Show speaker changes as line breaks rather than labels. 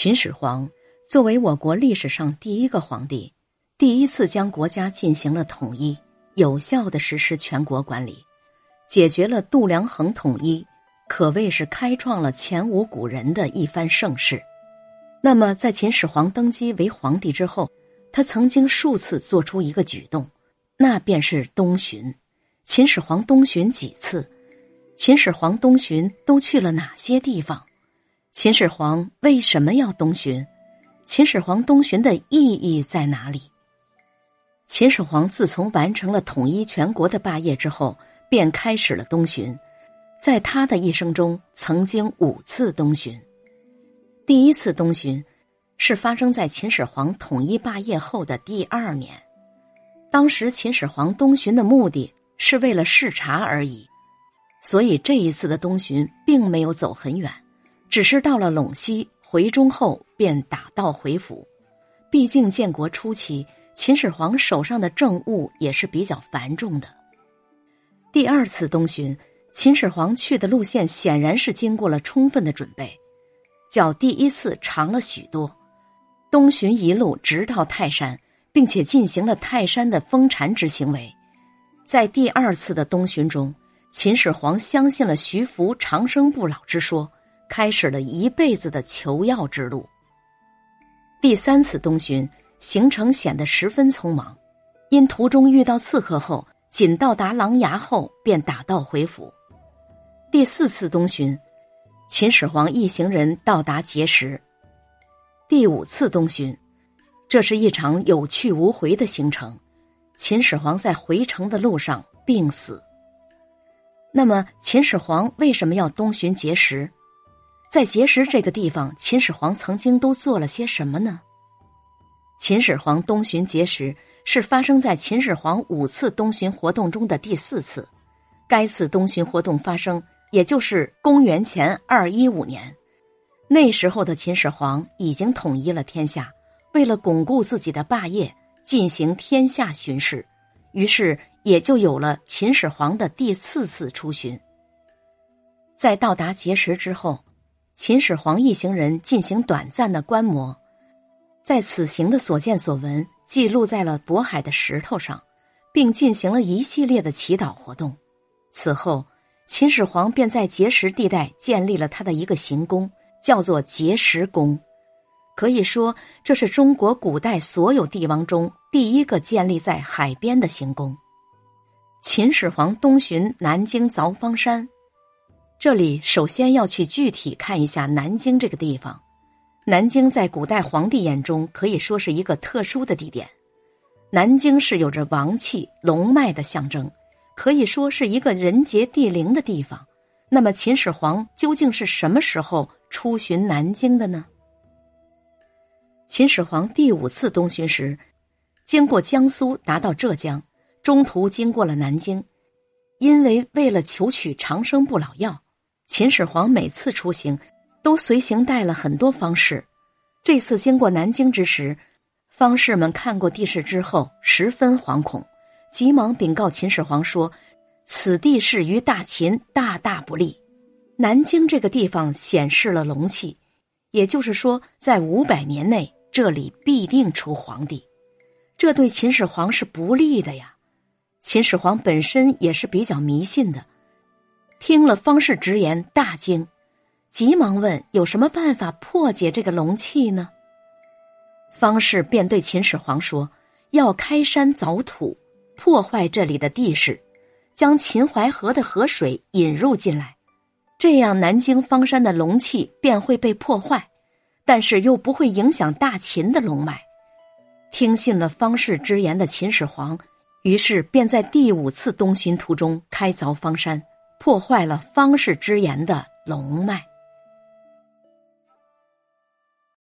秦始皇作为我国历史上第一个皇帝，第一次将国家进行了统一，有效地实施全国管理，解决了度量衡统一，可谓是开创了前无古人的一番盛世。那么在秦始皇登基为皇帝之后，他曾经数次做出一个举动，那便是东巡。秦始皇东巡几次？秦始皇东巡都去了哪些地方？秦始皇为什么要东巡？秦始皇东巡的意义在哪里？秦始皇自从完成了统一全国的霸业之后，便开始了东巡。在他的一生中，曾经5次东巡。第一次东巡是发生在秦始皇统一霸业后的第2年。当时秦始皇东巡的目的是为了视察而已，所以这一次的东巡并没有走很远，只是到了陇西回中后便打道回府。毕竟建国初期，秦始皇手上的政务也是比较繁重的。第2次东巡，秦始皇去的路线显然是经过了充分的准备，较第1次长了许多。东巡一路直到泰山，并且进行了泰山的封禅之行为。在第2次的东巡中，秦始皇相信了徐福长生不老之说，开始了一辈子的求药之路。第3次东巡行程显得十分匆忙，因途中遇到刺客后，仅到达琅琊后便打道回府。第4次东巡，秦始皇一行人到达碣石。第5次东巡，这是一场有去无回的行程，秦始皇在回程的路上病死。那么秦始皇为什么要东巡碣石？在碣石这个地方，秦始皇曾经都做了些什么呢？秦始皇东巡碣石是发生在秦始皇5次东巡活动中的第4次。该次东巡活动发生，也就是公元前215年。那时候的秦始皇已经统一了天下，为了巩固自己的霸业，进行天下巡视，于是也就有了秦始皇的第4次出巡。在到达碣石之后，秦始皇一行人进行短暂的观摩，在此行的所见所闻记录在了渤海的石头上，并进行了一系列的祈祷活动。此后，秦始皇便在碣石地带建立了他的一个行宫，叫做碣石宫。可以说，这是中国古代所有帝王中第一个建立在海边的行宫。秦始皇东巡南京凿方山，这里首先要去具体看一下南京这个地方。南京在古代皇帝眼中可以说是一个特殊的地点。南京是有着王气龙脉的象征，可以说是一个人杰地灵的地方。那么秦始皇究竟是什么时候出巡南京的呢？秦始皇第5次东巡时，经过江苏达到浙江，中途经过了南京。因为了求取长生不老药，秦始皇每次出行都随行带了很多方士。这次经过南京之时，方士们看过地势之后十分惶恐，急忙禀告秦始皇说，此地势于大秦大大不利。南京这个地方显示了龙气，也就是说在500年内这里必定出皇帝，这对秦始皇是不利的呀。秦始皇本身也是比较迷信的，听了方士直言大惊，急忙问有什么办法破解这个龙气呢？方士便对秦始皇说，要开山凿土，破坏这里的地势，将秦淮河的河水引入进来，这样南京方山的龙气便会被破坏，但是又不会影响大秦的龙脉。听信了方士之言的秦始皇，于是便在第5次东巡途中开凿方山，破坏了方士之言的龙脉。